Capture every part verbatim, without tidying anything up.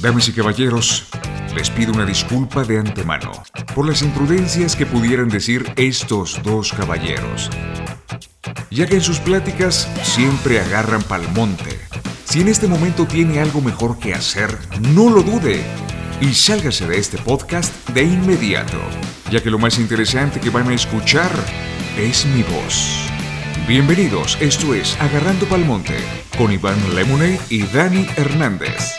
Damas y caballeros, les pido una disculpa de antemano por las imprudencias que pudieran decir estos dos caballeros, ya que en sus pláticas siempre agarran pa'l monte. Si en este momento tiene algo mejor que hacer, no lo dude y sálgase de este podcast de inmediato, ya que lo más interesante que van a escuchar es mi voz. Bienvenidos, esto es Agarrando pa'l Monte, con Iván Lemonade y Dani Hernández.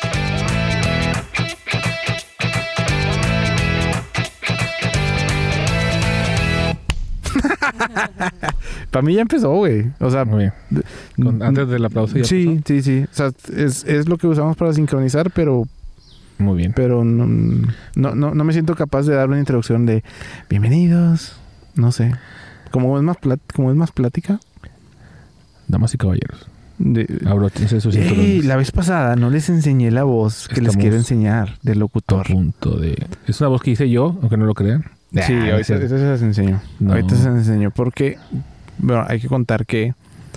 Para mí ya empezó, güey. O sea, muy bien. Con, antes del aplauso ya sí, empezó. sí, sí. O sea, es, es lo que usamos para sincronizar, pero muy bien. Pero no, no, no, no me siento capaz de dar una introducción de bienvenidos. No sé. Como es más plat, como es más plática. Damas y caballeros. De, Abróchense sus hey, cinturones. la vez pasada no les enseñé la voz que Estamos les quiero enseñar del locutor. A punto de... Es una voz que hice yo, aunque no lo crean. Sí, Ah, ahorita, ahorita se las enseño. No. Ahorita se las enseño porque, bueno, hay que contar que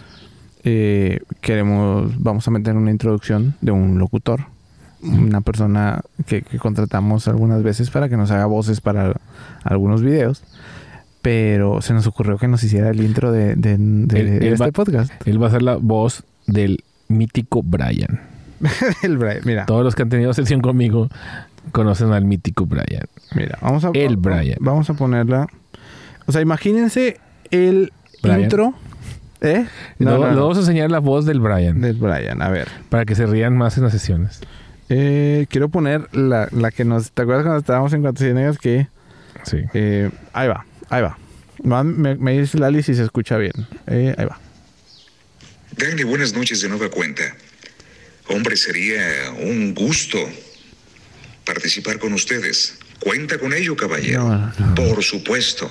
eh, queremos, vamos a meter una introducción de un locutor, una persona que, que contratamos algunas veces para que nos haga voces para algunos videos, pero se nos ocurrió que nos hiciera el intro de, de, de, él, de él este va, podcast. Él va a ser la voz del mítico Brian. El Brian, mira. Todos los que han tenido sesión conmigo conocen al mítico Brian. Mira, vamos a, el Brian. Vamos a ponerla. O sea, imagínense el Brian. intro. ¿Eh? No, no, no. Le vamos a enseñar la voz del Brian. Del Brian, a ver. Para que se rían más en las sesiones. Eh, quiero poner la, la que nos... ¿Te acuerdas cuando estábamos en Cuatro Ciénegas que... Sí. Eh, ahí va, ahí va. Me, me dice Lali si se escucha bien. Eh, ahí va. Dani, buenas noches de nueva cuenta. Hombre, sería un gusto participar con ustedes. ¿Cuenta con ello, caballero? No, no. Por supuesto.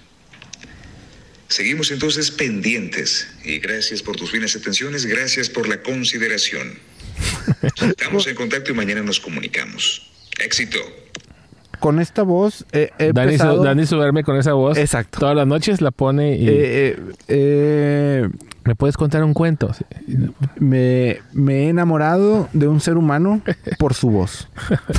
Seguimos entonces pendientes. Y gracias por tus finas atenciones, gracias por la consideración. Estamos en contacto y mañana nos comunicamos. Éxito. Con esta voz he, he Dani, empezado... su, Dani su duerme con esa voz. Exacto. Todas las noches la pone y... Eh, eh, eh, ¿Me puedes contar un cuento? Sí. me, me he enamorado de un ser humano por su voz.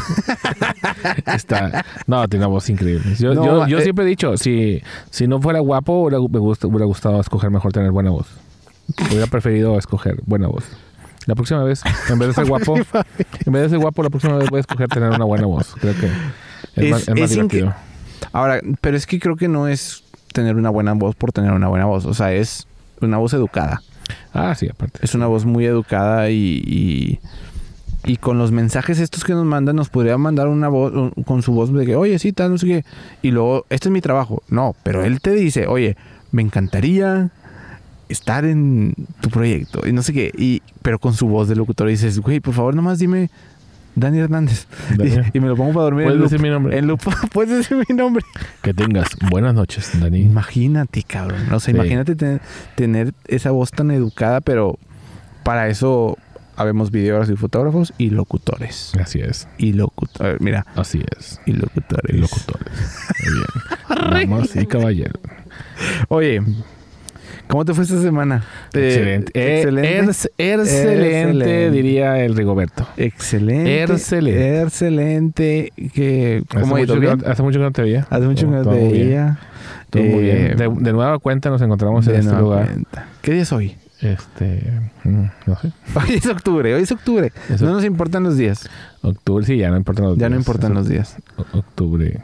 Está, no, tiene una voz increíble. Yo, No, yo, yo eh, siempre he dicho, si, si no fuera guapo, hubiera, me gusta, hubiera gustado escoger mejor tener buena voz. Hubiera preferido escoger buena voz. La próxima vez, en vez de ser guapo, en vez de ser guapo, la próxima vez voy a escoger tener una buena voz. Creo que es, Es- más, es más es divertido. Ahora, pero es que creo que no es tener una buena voz por tener una buena voz. O sea, es una voz educada. Ah, sí, aparte. Es una voz muy educada y, y, y con los mensajes estos que nos mandan, nos podría mandar una voz un- con su voz de que, oye, sí, tal, no sé qué. Y luego, este es mi trabajo. No, pero él te dice, oye, me encantaría estar en tu proyecto. Y no sé qué. Y, pero con su voz de locutor dices, güey, por favor, nomás dime Dani Hernández. Dani. Y, y me lo pongo para dormir. Puedes en loop. decir mi nombre. En loop. Puedes decir mi nombre. Que tengas buenas noches, Dani. Imagínate, cabrón. O sea, Sí. imagínate tener, tener esa voz tan educada, pero para eso habemos videógrafos y fotógrafos y locutores. Así es. Y locutores. Mira. Así es. Y locutores. Y locutores. Muy bien. Damas y caballeros. Oye, ¿cómo te fue esta semana? Excelente. Eh, excelente. Ex- excelente, Excelente. diría el Rigoberto. Excelente. Excelente. Excelente. Que, Hace ¿Cómo ha mucho, ido? que ¿Bien? no, hace mucho que no te veía. Hace mucho que no Todo te muy bien. veía. Todo muy Eh, bien. De, de nueva cuenta nos encontramos de en este nueva lugar. cuenta. ¿Qué día es hoy? Este, mm, no sé. Hoy es octubre. Hoy es octubre. Eso. No nos importan los días. Octubre, sí, ya no importan los Ya días. no importan Eso- los días. o- Octubre.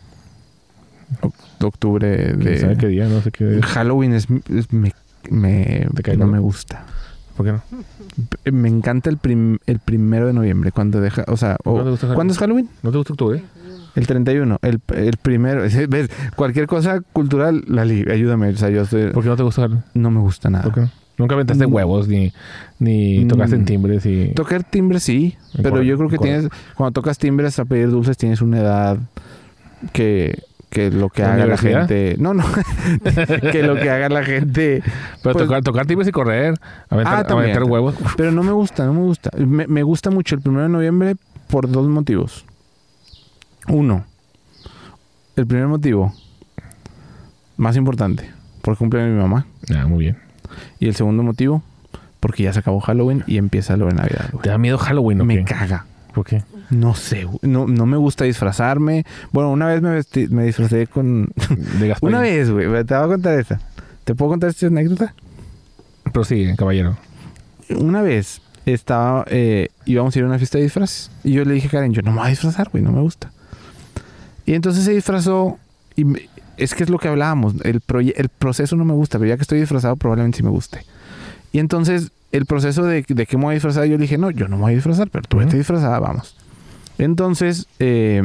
Octubre ¿Quién sabe qué de... día? No sé qué día. Halloween es, es- me, me, ¿Te cae no mal? me gusta. ¿Por qué no? Me encanta el, prim- el primero de noviembre cuando deja, o sea, o- ¿No te gusta Halloween? ¿cuándo es Halloween? ¿No te gusta octubre? El treinta y uno, el, el primero, ¿ves? Cualquier cosa cultural, Lali, ayúdame, o sea, yo estoy, ¿Por qué no te gusta Halloween? no me gusta nada. ¿Por qué no? Nunca aventaste Mm. huevos ni, ni Mm. tocaste en timbres y... Tocar timbre sí, En pero cuar- yo creo que en cuar- tienes, cuando tocas timbres a pedir dulces tienes una edad que, que lo que ¿La haga la universidad? gente, no, no, que lo que haga la gente, Pero pues- tocar, tocar timbres y correr, aventar, Ah, también. aventar huevos. pero no me gusta, no me gusta. Me, me gusta mucho el primero de noviembre por dos motivos. Uno, el primer motivo, más importante, por cumpleaños de mi mamá. Ah, muy bien. Y el segundo motivo, porque ya se acabó Halloween y empieza lo de Navidad, güey. ¿Te da miedo Halloween o Me qué? caga. ¿Por qué? No sé, güey. No, no me gusta disfrazarme. Bueno, una vez me, vestí, me disfracé con... De Gasparín. Una vez, güey. Te voy a contar esta. ¿Te puedo contar esta anécdota? Prosigue, caballero. Una vez estaba... Eh, íbamos a ir a una fiesta de disfraces. Y yo le dije a Karen, yo no me voy a disfrazar, güey. No me gusta. Y entonces se disfrazó. Y me, es que es lo que hablábamos. El, proye- el proceso no me gusta. Pero ya que estoy disfrazado, probablemente sí me guste. Y entonces... El proceso de, de que me voy a disfrazar, yo le dije, no, yo no me voy a disfrazar, pero tú vete disfrazada, vamos. Entonces, eh,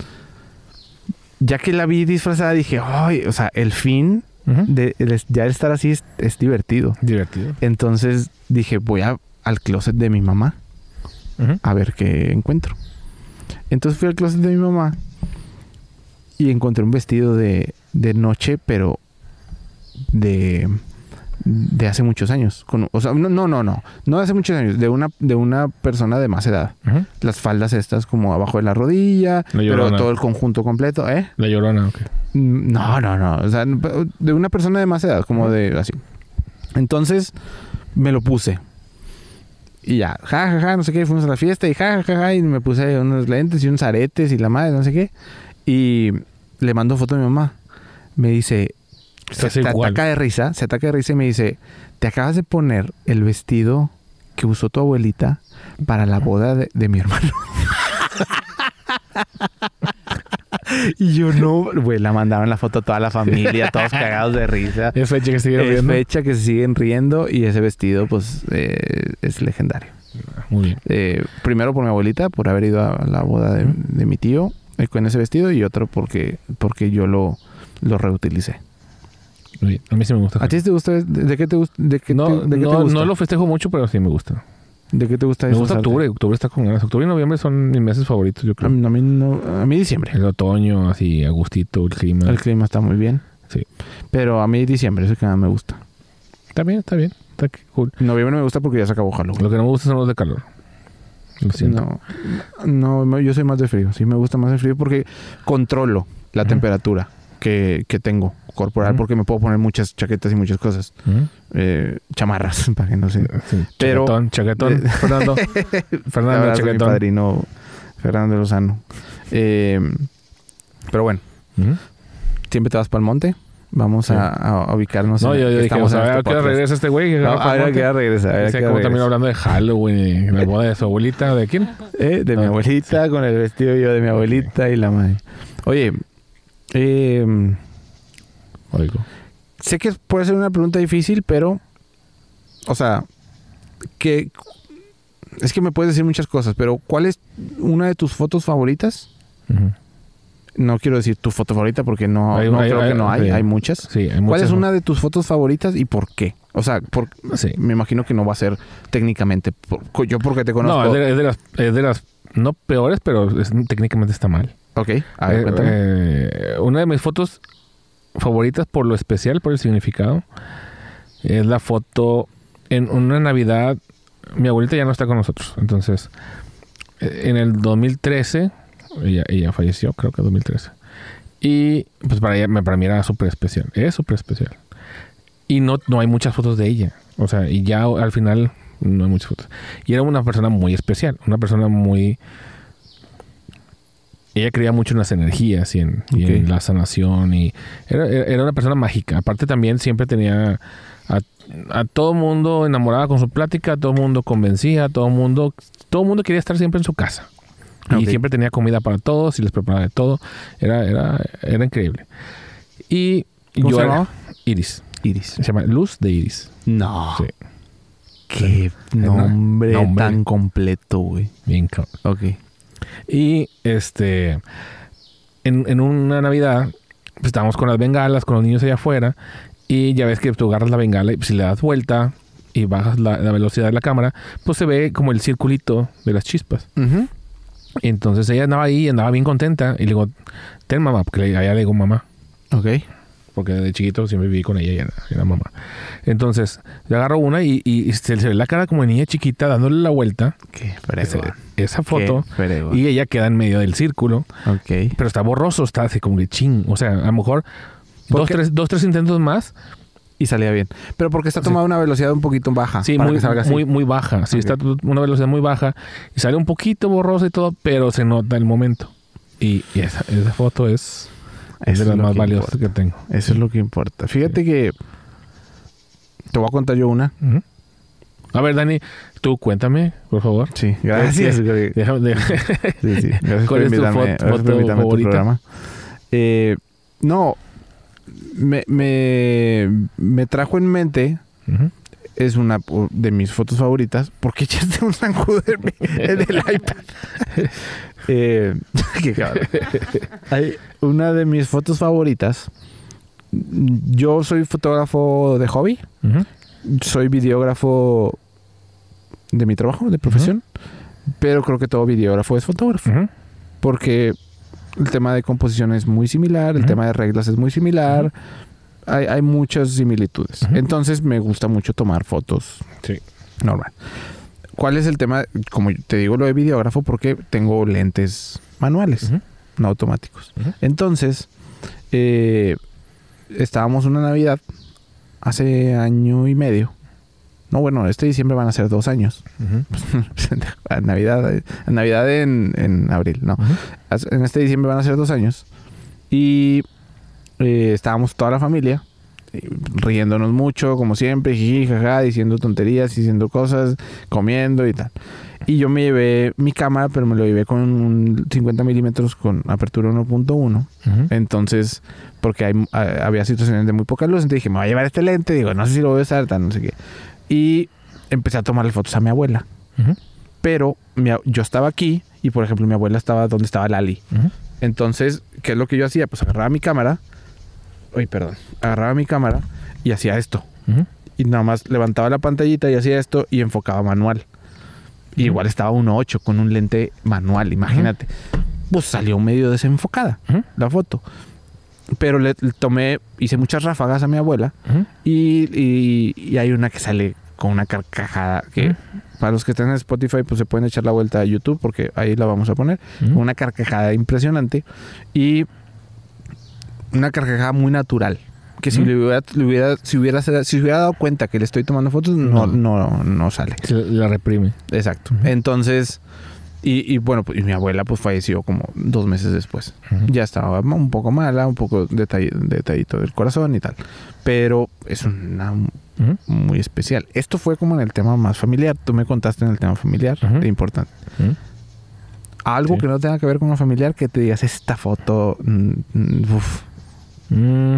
ya que la vi disfrazada, dije, ay, o sea, el fin uh-huh. de, de ya estar así es, es divertido. Divertido. Entonces dije, voy a, al closet de mi mamá uh-huh. a ver qué encuentro. Entonces fui al closet de mi mamá y encontré un vestido de, de noche, pero de... de hace muchos años. Con, o sea, no, no, no, no. No de hace muchos años. De una, de una persona de más edad. Uh-huh. Las faldas estas como abajo de la rodilla. La pero todo el conjunto completo, ¿eh? La Llorona, ok. No, no, no. O sea, de una persona de más edad. Como uh-huh. de así. Entonces, me lo puse. Y ya, ja, ja, ja, no sé qué. Fuimos a la fiesta y ja, ja, ja, ja. Y me puse unos lentes y unos aretes y la madre, no sé qué. Y le mando foto a mi mamá. Me dice... Se, se ataca de risa, se ataca de risa y me dice, te acabas de poner el vestido que usó tu abuelita para la boda de, de mi hermano. Y yo no, güey, la mandaron la foto a toda la familia, todos cagados de risa. Es fecha que siguen riendo. Es fecha que se siguen riendo y ese vestido, pues, eh, es legendario. Muy bien. Eh, primero por mi abuelita, por haber ido a la boda de, de mi tío eh, con ese vestido y otro porque, porque yo lo, lo reutilicé. A mí sí me gusta. ¿A ti te gusta? ¿De, de qué te gusta? De qué no, te, de qué no, te gusta? No lo festejo mucho, pero sí me gusta. ¿De qué te gusta Me gusta octubre. Octubre está con ganas. Octubre y noviembre son mis meses favoritos, yo creo. A mí, a mí, no, a mí diciembre. El otoño, así, a gustito, el clima. El clima está muy bien. Sí. Pero a mí diciembre es el que más me gusta. Está bien, está bien. Está cool. Noviembre me gusta porque ya se acabó Halloween. Lo que no me gusta son los de calor. Lo siento. No, no, yo soy más de frío. Sí me gusta más el frío porque controlo la uh-huh. temperatura que, que tengo corporal uh-huh. porque me puedo poner muchas chaquetas y muchas cosas. Uh-huh. Eh, chamarras, para que no sé. Sí. Pero, chaquetón, chaquetón. Eh, Fernando. Fernando, chaquetón. Mi padrino, Fernando Lozano. Eh, pero bueno. Uh-huh. Siempre te vas para el monte. Vamos sí. a, a ubicarnos. No, en, yo, yo dije, o sea, a ver qué regresa este güey. No, a ver qué regresa. O sea, como también hablando de Halloween y la boda de su abuelita. ¿De quién? Eh, de ah, mi abuelita, sí. con el vestido yo de mi abuelita okay. y la madre. Oye, eh, Oigo. sé que puede ser una pregunta difícil, pero, o sea, que es que me puedes decir muchas cosas, pero ¿cuál es una de tus fotos favoritas? Uh-huh. No quiero decir tu foto favorita porque no, hay, no hay, creo hay, que no hay. Sí. Hay muchas. Sí, hay muchas. ¿Cuál es una de tus fotos favoritas y por qué? O sea, por, sí. me imagino que no va a ser técnicamente. Por, yo porque te conozco. No, es de, es de, las, es de las... No peores, pero es, técnicamente está mal. Ok. A ver, eh, cuéntame. Eh, una de mis fotos favoritas por lo especial, por el significado, es la foto en una Navidad. Mi abuelita ya no está con nosotros. Entonces, en el dos mil trece... Ella, ella falleció, creo que en dos mil trece. Y pues para ella, para mí era súper especial. Es súper especial. Y no, no hay muchas fotos de ella. O sea, y ya al final no hay muchas fotos. Y era una persona muy especial. Una persona muy... Ella creía mucho en las energías y en, okay. y en la sanación. Y era, era una persona mágica. Aparte también siempre tenía... A, a todo mundo enamorada con su plática. A todo mundo convencía. A todo mundo... Todo mundo quería estar siempre en su casa. Y okay. siempre tenía comida para todos y les preparaba de todo. Era, era, era increíble. Y ¿Cómo yo se era llamaba? Iris. Iris. Se llama Luz de Iris. No. Sí. Qué nombre, nombre tan completo, güey. Bien cabrón. Ok. Y este... En, en una Navidad, pues estábamos con las bengalas, con los niños allá afuera. Y ya ves que tú agarras la bengala y si le das vuelta y bajas la, la velocidad de la cámara, pues se ve como el circulito de las chispas. Uh-huh. Entonces ella andaba ahí, andaba bien contenta. Y le digo, ten mamá, porque a ella le digo mamá. Ok. Porque desde chiquito siempre viví con ella y era, era mamá. Entonces, le agarro una y, y se, se ve la cara como de niña chiquita dándole la vuelta. Qué fregón. Esa foto. Qué fregón. Y ella queda en medio del círculo. Ok. Pero está borroso, está así como de ching. O sea, a lo mejor dos tres, dos, tres intentos más y salía bien. Pero porque está tomada a una velocidad un poquito baja. Sí, para muy, que salga así. muy, muy baja. Sí, Okay. está una velocidad muy baja y sale un poquito borrosa y todo, pero se nota el momento. Y, y esa, esa foto es, es Eso de las lo más que valiosas importa. que tengo. Eso es lo que importa. Fíjate que te voy a contar yo una. Ujú. A ver, Dani, tú cuéntame, por favor. Sí, gracias. Sí, Greg. déjame, déjame. Sí, sí. Gracias por ¿Cuál es tu invitarme, foto- gracias por foto invitarme a tu favorita? programa. Eh, no, me, me, me trajo en mente, Ujú. es una de mis fotos favoritas, porque echaste un zancudo en, mi- en el iPad. eh, qué cabrón. Hay una de mis fotos favoritas. Yo soy fotógrafo de hobby, Ujú. soy videógrafo de mi trabajo, de profesión, pero creo que todo videógrafo es fotógrafo. Ujú. Porque el tema de composición es muy similar, el Ujú. tema de reglas es muy similar, Ujú. hay, hay muchas similitudes. Ujú. Entonces me gusta mucho tomar fotos. Sí. Normal. ¿Cuál es el tema? Como te digo lo de videógrafo, porque tengo lentes manuales, Ujú. no automáticos. Ujú. Entonces, eh, estábamos una Navidad hace año y medio. No, bueno, este diciembre van a ser dos años. Ujú. a Navidad, a Navidad en, en abril, no. Ujú. En este diciembre van a ser dos años. Y eh, estábamos toda la familia eh, riéndonos mucho, como siempre, jiji, jaja, diciendo tonterías, diciendo cosas, comiendo y tal. Y yo me llevé mi cámara, pero me lo llevé con un cincuenta milímetros con apertura uno punto uno. Ujú. Entonces, porque hay, a- había situaciones de muy poca luz, entonces dije, me voy a llevar este lente. Digo, no sé si lo voy a usar, tal, no sé qué. Y empecé a tomarle fotos a mi abuela. Ujú. Pero mi a- yo estaba aquí y, por ejemplo, mi abuela estaba donde estaba Lali. Ujú. Entonces, ¿qué es lo que yo hacía? Pues agarraba mi cámara. Uy, perdón. Agarraba mi cámara y hacía esto. Ujú. Y nada más levantaba la pantallita y hacía esto y enfocaba manual. Y Ujú. igual estaba uno punto ocho con un lente manual, imagínate. Pues salió medio desenfocada Ujú. la foto. Pero le, le tomé, hice muchas ráfagas a mi abuela Ujú. y, y, y hay una que sale con una carcajada que Ujú. para los que están en Spotify pues se pueden echar la vuelta a YouTube porque ahí la vamos a poner. Ujú. Una carcajada impresionante y una carcajada muy natural. Que si Ujú. le hubiera, le hubiera, si hubiera, si se hubiera dado cuenta que le estoy tomando fotos, no, no, no sale. Se la reprime. Exacto. Ujú. Entonces, y, y bueno, pues, y mi abuela pues falleció como dos meses después. Ujú. Ya estaba un poco mala, un poco detall- detallito del corazón y tal. Pero es una Ujú. muy especial. Esto fue como en el tema más familiar. Tú me contaste en el tema familiar, Ujú. de importante. Ujú. Algo Sí. que no tenga que ver con lo familiar, que te digas, esta foto, mm, mm, uf. Mm.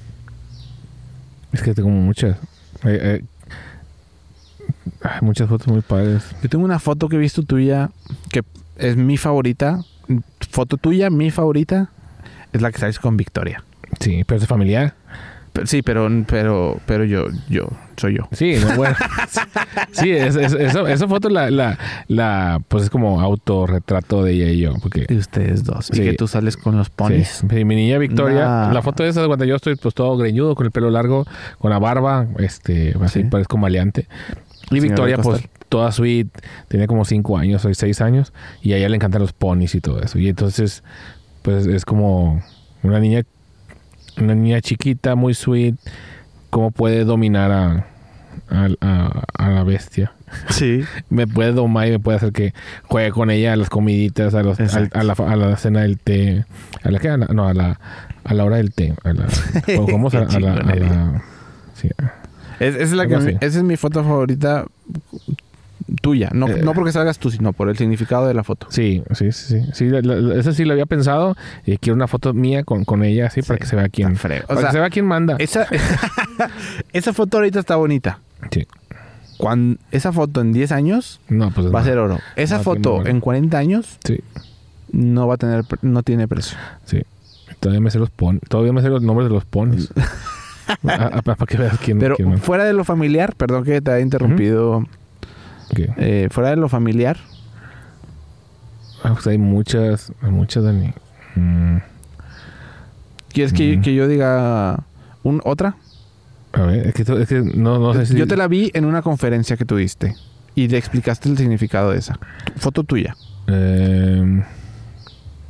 Es que tengo muchas. Eh, eh, ay, muchas fotos muy padres. Yo tengo una foto que he visto tuya, que es mi favorita. Foto tuya, mi favorita, es la que sales con Victoria. Sí, pero es familiar. Pero- sí, pero, pero, pero yo, yo, soy yo. Sí, no, bueno. Sí, es, es- eso, esa foto la, la, la, pues es como autorretrato de ella y yo. Porque Y ustedes dos. Sí. Y que tú sales con los ponis. sí, sí, mi niña Victoria, Nah. la foto esa de cuando yo estoy pues todo greñudo, con el pelo largo, con la barba, este, así Sí. parezco maleante. Y Señora Victoria, de pues, costal. toda sweet, tenía como cinco años o seis años, y a ella le encantan los ponis y todo eso. Y entonces, pues, es como una niña, una niña chiquita, muy sweet, cómo puede dominar a, a, a- a la bestia. Sí. Me puede domar y me puede hacer que juegue con ella a las comiditas, a, los, al- Exacto. a, la, a la cena del té. ¿A la qué? A la- no, a la, a la hora del té. A la, ¿cómo- cómo se- a, Qué la, a la- chingonería. sí. Es, esa es la que Algo a mí- así. esa es mi foto favorita tuya. No, Eh. no porque salgas tú, sino por el significado de la foto. Sí, sí, sí, sí. Sí, la- la- esa sí lo había pensado. Y quiero una foto mía con, con ella así para Sí, que se vea quién. Está fregón. O Para sea, que se vea quién manda. esa, esa foto ahorita está bonita. Sí. Cuando, esa foto en diez años No, pues va a no. ser oro. Esa Va a ser foto muy bueno. en cuarenta años Sí, no va a tener, pre- no tiene precio. sí. Todavía me sé los ponis. Todavía me sé los nombres de los ponis. Para que veas quién, Pero quién manda. fuera de lo familiar, perdón que te haya interrumpido, ¿Qué? eh, fuera de lo familiar, Ah, pues hay muchas, hay muchas, Dani. Mm, ¿quieres que, Ujú. que yo diga un, otra? a ver, es que, es que no, no sé si... Yo te la vi en una conferencia que tuviste y le explicaste el significado de esa. Foto tuya. Eh,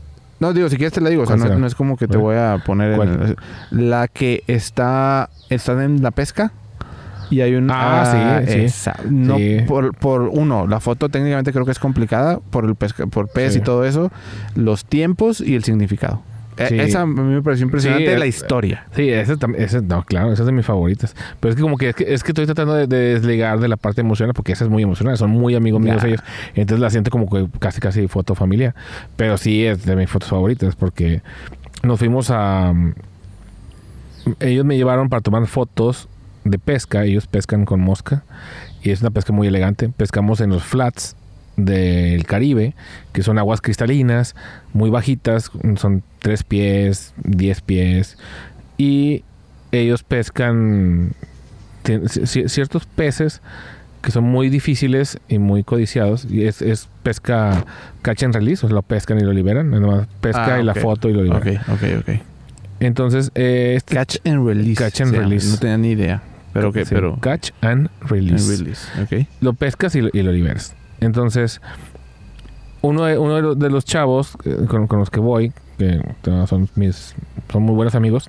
No, digo, si quieres te la digo. O sea, no, no es como que te voy a poner... En, la que está... Está en la pesca. Y hay un... Ah, uh, sí, esa, sí. No, sí. Por, por uno, la foto técnicamente creo que es complicada. Por el pesca, por pez sí. y todo eso. Los tiempos y el significado. Sí. Esa a mí me pareció impresionante, sí, la historia. Sí, ese, ese no, claro, esa es de mis favoritas. Pero es que como que es que, es que estoy tratando de, de desligar de la parte emocional porque esa es muy emocional. Son muy amigos míos nah. ellos. Entonces la siento como que casi casi foto familiar. Pero sí es de mis fotos favoritas porque nos fuimos a... Ellos me llevaron para tomar fotos de pesca. Ellos pescan con mosca y es una pesca muy elegante. Pescamos en los flats del Caribe, que son aguas cristalinas, muy bajitas, son tres pies, diez pies, y ellos pescan ciertos peces que son muy difíciles y muy codiciados, y es, es pesca catch and release, o sea, lo pescan y lo liberan, nada más pesca ah, y okay. la foto y lo liberan. Ok, ok, ok. Entonces, eh, este catch and release. Catch and sí, release. No tenía ni idea. Pero que, sí, pero catch and release. And release. Okay. Lo pescas y lo, y lo liberas. Entonces, uno de, uno de los chavos eh, con, con los que voy, que son mis son muy buenos amigos,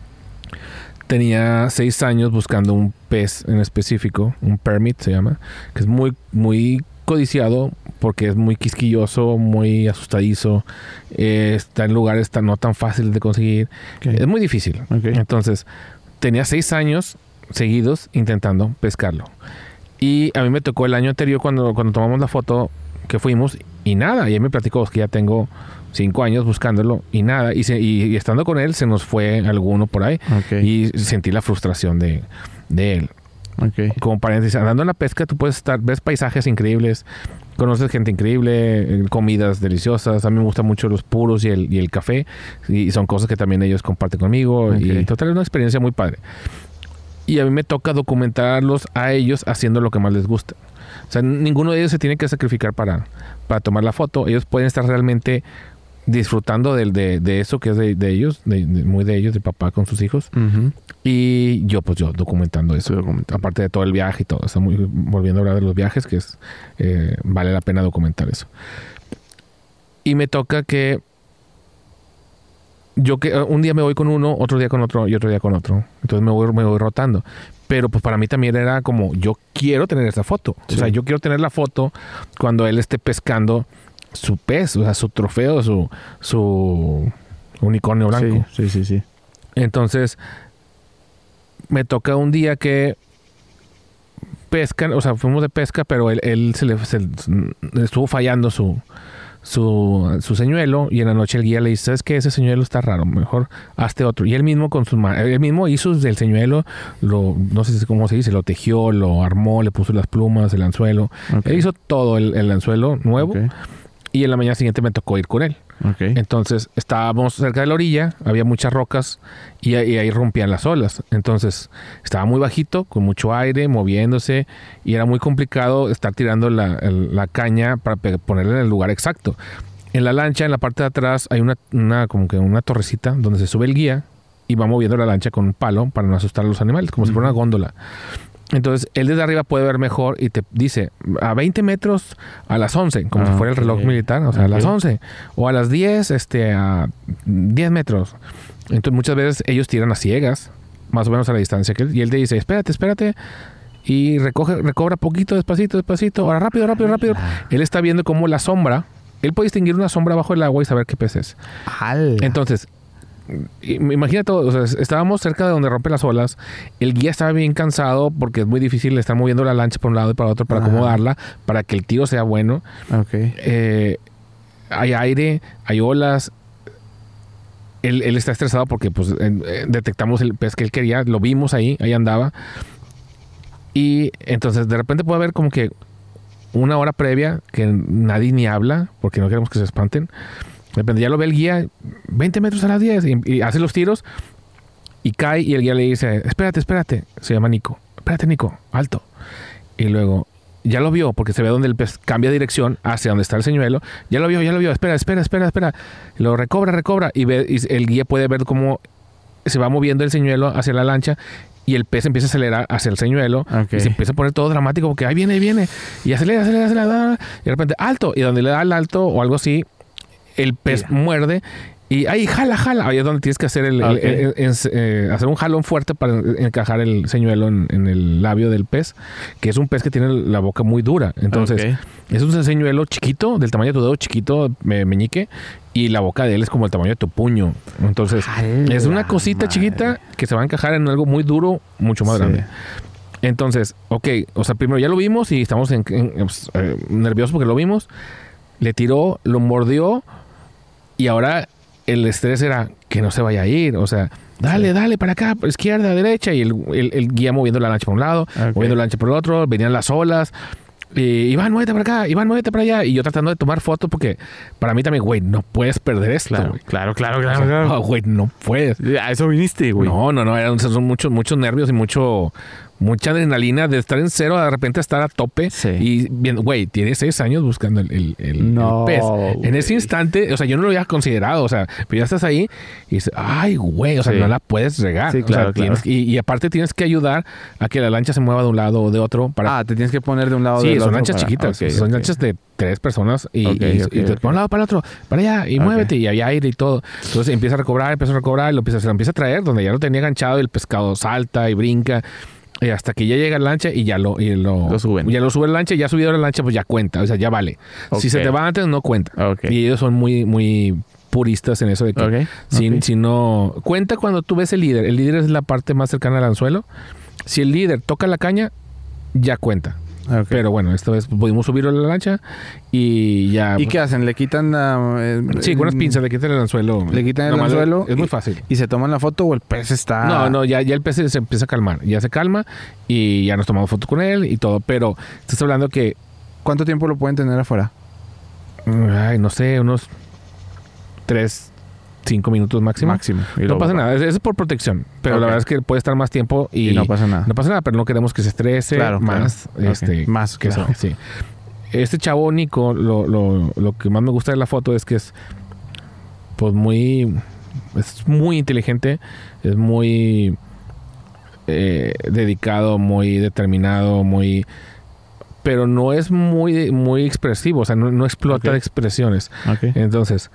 tenía seis años buscando un pez en específico, un permit se llama, que es muy, muy codiciado porque es muy quisquilloso, muy asustadizo, eh, está en lugares tan, no tan fáciles de conseguir. Okay. Es muy difícil. Okay. Entonces, tenía seis años seguidos intentando pescarlo. Y a mí me tocó el año anterior cuando, cuando tomamos la foto que fuimos y nada. Y él me platicó que ya tengo cinco años buscándolo y nada. Y, se, y, y estando con él se nos fue alguno por ahí. Okay. Y sentí la frustración de, de él. Okay. Como paréntesis, andando en la pesca tú puedes estar, ves paisajes increíbles, conoces gente increíble, comidas deliciosas. A mí me gustan mucho los puros y el, y el café. Y son cosas que también ellos comparten conmigo. Okay. Y total es una experiencia muy padre. Y a mí me toca documentarlos a ellos haciendo lo que más les gusta. O sea, ninguno de ellos se tiene que sacrificar para, para tomar la foto. Ellos pueden estar realmente disfrutando de, de, de eso que es de, de ellos, de, de, muy de ellos, de papá con sus hijos. Uh-huh. Y yo, pues yo documentando eso. Documentando. Aparte de todo el viaje y todo. Está muy, volviendo a hablar de los viajes, que es eh, vale la pena documentar eso. Y me toca que yo que un día me voy con uno, otro día con otro y otro día con otro. Entonces me voy, me voy rotando. Pero pues para mí también era como, yo quiero tener esa foto. Sí. O sea, yo quiero tener la foto cuando él esté pescando su pez, o sea, su trofeo, su, su unicornio blanco. Sí, sí, sí, sí. Entonces, me toca un día que pescan, o sea, fuimos de pesca, pero él, él se le se, estuvo fallando su... Su, su señuelo y en la noche el guía le dice, ¿sabes qué? Ese señuelo está raro, mejor hazte otro. Y él mismo con sus manos, él mismo hizo del señuelo, lo, no sé cómo se dice, lo tejió, lo armó, le puso las plumas, el anzuelo. Okay. Él hizo todo el, el anzuelo nuevo. Okay. Y en la mañana siguiente me tocó ir con él. Okay. Entonces estábamos cerca de la orilla, había muchas rocas y, y ahí rompían las olas. Entonces estaba muy bajito, con mucho aire, moviéndose y era muy complicado estar tirando la, el, la caña para ponerla en el lugar exacto. En la lancha, en la parte de atrás, hay una, una como que una torrecita donde se sube el guía y va moviendo la lancha con un palo para no asustar a los animales, como uh-huh. si fuera una góndola. Entonces, él desde arriba puede ver mejor y te dice a veinte metros a las once, como ah, si fuera el reloj okay. militar, o sea, okay. a las once. O a las diez, este, a diez metros. Entonces, muchas veces ellos tiran a ciegas, más o menos a la distancia que él. Y él te dice, espérate, espérate. Y recoge, recobra poquito, despacito, despacito. Ahora rápido, rápido, rápido. Él está viendo cómo la sombra, él puede distinguir una sombra bajo el agua y saber qué pez es. ¡Hala! Entonces, imagina todo, o sea, estábamos cerca de donde rompen las olas. El guía estaba bien cansado porque es muy difícil estar moviendo la lancha por un lado y para otro para ah. acomodarla, para que el tiro sea bueno. Okay. Eh, hay aire, hay olas. Él, él está estresado porque pues eh, detectamos el pez que él quería, lo vimos ahí, ahí andaba. Y entonces de repente puede haber como que una hora previa que nadie ni habla porque no queremos que se espanten. De repente ya lo ve el guía, veinte metros a las diez, y, y hace los tiros y cae y el guía le dice, espérate, espérate. Se llama Nico. Espérate, Nico, alto. Y luego, ya lo vio, porque se ve donde el pez cambia dirección hacia donde está el señuelo. Ya lo vio, ya lo vio. Espera, espera, espera, espera. Y lo recobra, recobra. Y, ve, y el guía puede ver cómo se va moviendo el señuelo hacia la lancha y el pez empieza a acelerar hacia el señuelo. Okay. Y se empieza a poner todo dramático porque ahí viene, ahí viene. Y acelera, acelera, acelera. Y de repente, alto. Y donde le da el alto o algo así, el pez Yeah. muerde y ahí jala, jala. Ahí es donde tienes que hacer el, el- Ok. el- el- eh, hacer un jalón fuerte para encajar el señuelo en, en el labio del pez, que es un pez que tiene la boca muy dura. Entonces, Ok. es un señuelo chiquito, del tamaño de tu dedo chiquito, me- meñique, y la boca de él es como el tamaño de tu puño. Entonces, ¡A es una la cosita madre! chiquita que se va a encajar en algo muy duro, mucho más Sí. grande. Entonces, ok, o sea, primero ya lo vimos y estamos en- en- pues, eh, nerviosos porque lo vimos. Le tiró, lo mordió y ahora el estrés era que no se vaya a ir. O sea, dale, Sí. dale, para acá, por izquierda, derecha. Y el, el- el guía moviendo la lancha por un lado, Ok. moviendo la lancha por el otro. Venían las olas. Y, Iván, muévete para acá, Iván, muévete para allá. Y yo tratando de tomar fotos porque para mí también, güey, no puedes perder esto, Claro, güey. claro, claro, O claro, sea, claro. no, güey, no puedes. A eso viniste, güey. No, no, no, eran, son muchos, muchos nervios y mucho, mucha adrenalina de estar en cero a de repente estar a tope. Sí. Y bien, güey, tiene seis años buscando el, el, el- el No, pez. En ese güey. instante, o sea, yo no lo había considerado, o sea, pero ya estás ahí y dices, ay, güey, o sea, Sí. no la puedes regar. Sí, O sea, claro, claro. tienes- y, y aparte tienes que ayudar a que la lancha se mueva de un lado o de otro para... Ah, te tienes que poner de un lado Sí, del son otro lanchas para- chiquitas, ok, son ok. lanchas de tres personas y, Ok, y, ok, y te ok. para un lado, para el otro, para allá y Ok. muévete y había aire y todo. Entonces empieza a recobrar, empieza a recobrar y lo empieza, se lo empieza a traer donde ya lo tenía enganchado y el pescado salta y brinca y hasta que ya llega la lancha y ya lo, y lo, Lo suben. Ya lo sube la lancha y ya subido la lancha pues ya cuenta, o sea, ya vale. Ok. Si se te va antes no cuenta. Ok. Y ellos son muy, muy puristas en eso de que Ok, si, ok. si no... Cuenta cuando tú ves el líder. El líder es la parte más cercana al anzuelo. Si el líder toca la caña, ya cuenta. Ok. Pero bueno, esta vez pudimos subirlo a la lancha y ya... ¿Y qué hacen? ¿Le quitan la, eh, Sí, con unas pinzas le quitan el anzuelo. Le quitan el Nomás anzuelo Es muy y- fácil. y se toman la foto o el pez está... No, no, ya, ya el pez se empieza a calmar. Ya se calma y ya nos tomamos fotos con él y todo. Pero te estoy hablando que... ¿Cuánto tiempo lo pueden tener afuera? Ay, no sé, unos tres, cinco minutos máximo. Máximo. Y No luego- pasa nada. Eso es por protección. Pero Ok. la verdad es que puede estar más tiempo y... Y no pasa nada. No pasa nada, pero no queremos que se estrese Claro, más. claro. Este, Ok. Más, que claro. eso, sí. Este chavo Nico, lo, lo, lo que más me gusta de la foto es que es pues muy es muy inteligente, es muy eh, dedicado, muy determinado, muy pero no es muy muy expresivo, o sea, no, no explota Ok. de expresiones. Ok. Entonces,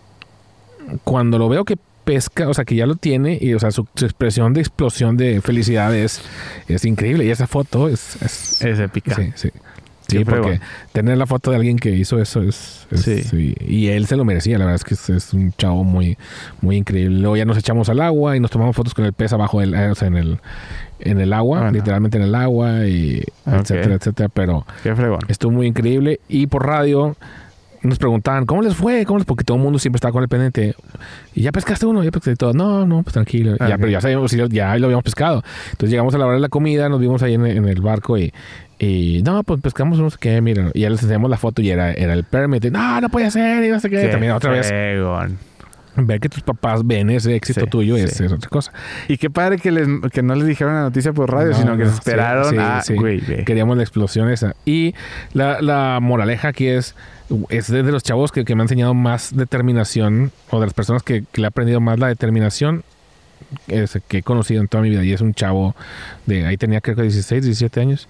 cuando lo veo que pesca, o sea, que ya lo tiene, y o sea, su, su expresión de explosión de felicidad es, es increíble. Y esa foto es... es Es épica. sí, sí. Qué Sí, porque fregón. tener la foto de alguien que hizo eso es... es- Sí. sí. Y él se lo merecía, la verdad es que es, es un chavo muy, muy increíble. Luego ya nos echamos al agua y nos tomamos fotos con el pez abajo, del, o sea, en el, en el agua, Bueno. literalmente en el agua, y Ok. etcétera, etcétera. Pero Qué fregón. estuvo muy increíble. Y por radio nos preguntaban, ¿cómo les fue? ¿Cómo les? Porque todo el mundo siempre estaba con el pendiente. ¿Y ya pescaste uno? ¿Ya pescaste todo? No, no, pues tranquilo. Ah, Ya, ok. pero ya sabíamos, ya lo habíamos pescado. Entonces llegamos a la hora de la comida, nos vimos ahí en, en el barco y, y no, pues pescamos no sé qué, mira. Y ya les enseñamos la foto y era, era el permit. Y, no, no puede ser, y no sé qué. Qué También otra vez, fregón. ver que tus papás ven ese éxito Sí, tuyo es, sí. es otra cosa. Y qué padre que, les, que no les dijeron la noticia por radio, No, sino que no, se esperaron sí, sí, a... sí. Güey, ve. Queríamos la explosión esa. Y la, la moraleja aquí es, es de los chavos que, que me han enseñado más determinación, o de las personas que, que le he aprendido más la determinación es, que he conocido en toda mi vida. Y es un chavo de, ahí tenía creo que dieciséis, diecisiete años.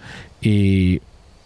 Y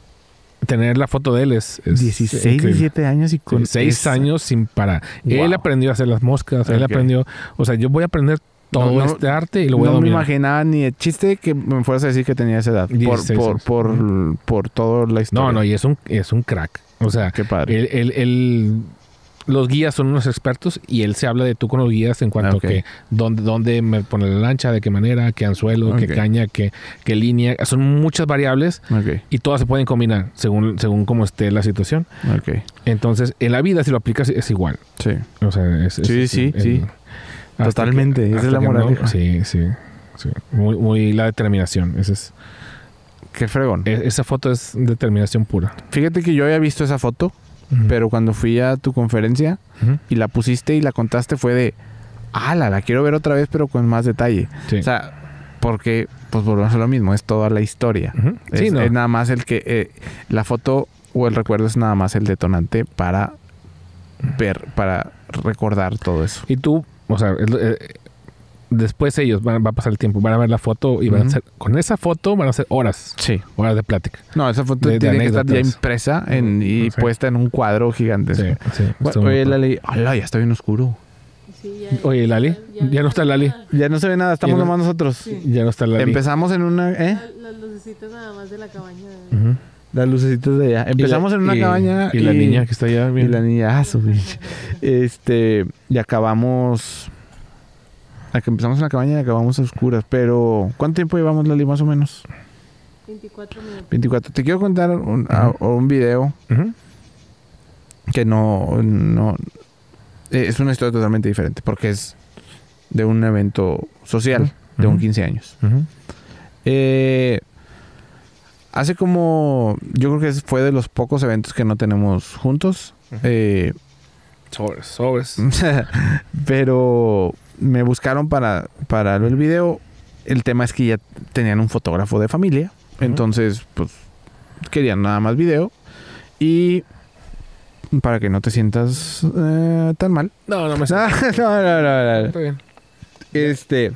tener la foto de él es... es dieciséis, increíble. diecisiete años y con... Seis esa- años sin parar. Wow. Él aprendió a hacer las moscas, él Ok. aprendió... O sea, yo voy a aprender todo No, no, este arte y lo voy a No me dominar. imaginaba ni de chiste que me fueras a decir que tenía esa edad. Por, dieciséis por, años. por, por toda la historia. No, no, y es un, es un crack. O sea, Qué padre. él, él- él- los guías son unos expertos y él se habla de tú con los guías en cuanto Ok. a que dónde, dónde me pone la lancha, de qué manera, qué anzuelo, qué Ok. caña, qué, qué línea. Son muchas variables Ok, y todas se pueden combinar según, según cómo esté la situación. ok. Entonces, en la vida, si lo aplicas, es igual. Sí. O sea, es, es- Sí, es- sí, el- sí. hasta Totalmente, esa hasta es la que no- moraleja. sí, sí, sí. Muy, muy la determinación. Esa, es, Qué fregón. e- esa foto es determinación pura. Fíjate que yo había visto esa foto, Ujú. pero cuando fui a tu conferencia Ujú. y la pusiste y la contaste fue de... Ah, la, la quiero ver otra vez, pero con más detalle. Sí. O sea, porque, pues volvemos a lo mismo, es toda la historia. Ujú. Sí, es, no. es nada más el que... eh, la foto o el recuerdo es nada más el detonante para ver, para recordar todo eso. Y tú, o sea, es lo- eh, después ellos van, va a pasar el tiempo, van a ver la foto y van Ujú. a hacer, con esa foto van a hacer horas, Sí. horas de plática. No, esa foto De- de tiene que estar ya anécdotas. impresa en, y Sí. puesta en un cuadro gigante. Sí, sí. Bueno, está muy oye, padre. Lali, hola, ya está bien oscuro. Sí, ya- Oye, Lali, ya no está Lali. Ya no se ve nada, estamos Ya no- nomás nosotros. Sí. Ya no está Lali. Empezamos en una, ¿eh? La- Las lucecitas nada más de la cabaña. Ujú. Las lucecitas de allá. Empezamos Y la- en una y- cabaña. Y, la niña que está allá. Y bien. la niña, ah, su pinche. Este, y acabamos. A que empezamos en la cabaña y acabamos a oscuras. Pero, ¿cuánto tiempo llevamos, Lali, más o menos? veinticuatro minutos. veinticuatro. Te quiero contar un, a- Ujú. un video Ujú. que no, no. eh, Es una historia totalmente diferente. Porque es de un evento social de un Ujú. quince años. Ujú. Eh, hace como. Yo creo que fue de los pocos eventos que no tenemos juntos. Ujú. Eh, Sobres, sobres. pero me buscaron para, para el video. El tema es que ya tenían un fotógrafo de familia. Ujú. Entonces, pues, querían nada más video. Y para que no te sientas eh, tan mal. No, no me No, no, no, no, no. Está bien. Este.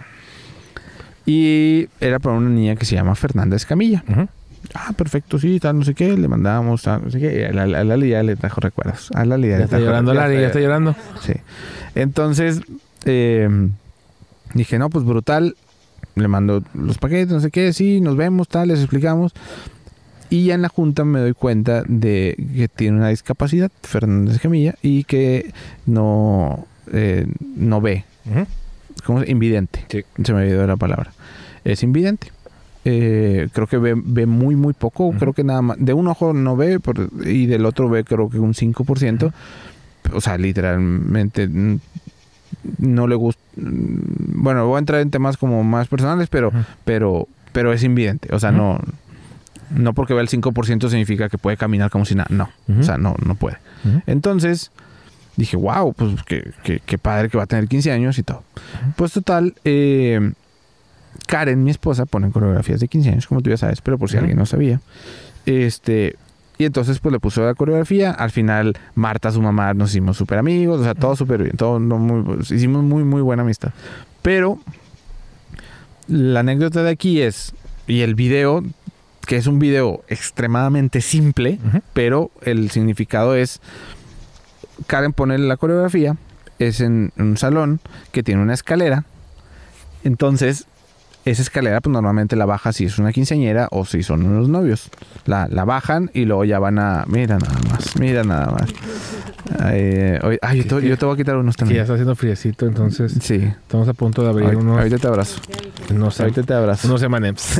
Y era para una niña que se llama Fernanda Escamilla. Ujú. Ah, perfecto, sí, tal, no sé qué. Le mandábamos, tal, no sé qué. Y a la, a Lali ya le trajo recuerdos. A Lali ya Ya le está trajo llorando, recuerdos. Lali, ya está llorando. Sí. Entonces, eh, dije, no, pues brutal. Le mando los paquetes, no sé qué. Sí, nos vemos, tal, les explicamos. Y ya en la junta me doy cuenta de que tiene una discapacidad, Fernanda Escamilla, y que no, eh, no ve. Ujú. ¿Cómo es? Invidente. Sí. Se me olvidó la palabra. Es invidente. Eh, creo que ve, ve muy, muy poco. Ujú. Creo que nada más. De un ojo no ve por- y del otro ve, creo que un cinco por ciento. O sea, literalmente mm, no le gusta. mm, Bueno, voy a entrar en temas como más personales, pero, Ujú. pero, pero es invidente. O sea, Ujú. no. No porque vea el cinco por ciento significa que puede caminar como si nada. No. Ujú. O sea, no, no puede. Ujú. Entonces dije, wow, pues qué, qué, qué padre que va a tener quince años y todo. Pues total, eh, Karen, mi esposa, pone coreografías de quince años, como tú ya sabes, pero por si Ujú. alguien no sabía. Este, y entonces pues le puso la coreografía. Al final, Marta, su mamá, nos hicimos súper amigos, o sea, todo súper bien, todo no, muy, hicimos muy, muy buena amistad. Pero la anécdota de aquí es, y el video, que es un video extremadamente simple, Ujú. pero el significado es, Karen pone la coreografía, es en un salón que tiene una escalera, entonces esa escalera pues normalmente la baja si es una quinceañera o si son unos novios, la, la bajan y luego ya van a, mira nada más, mira nada más. Eh, oye, ay, yo, te, yo te voy a quitar unos Que ya también. está haciendo friecito, entonces Sí, estamos a punto de abrir ahorita, unos... ahorita te abrazo, No sé. ahorita te abrazo. Unos M and M's.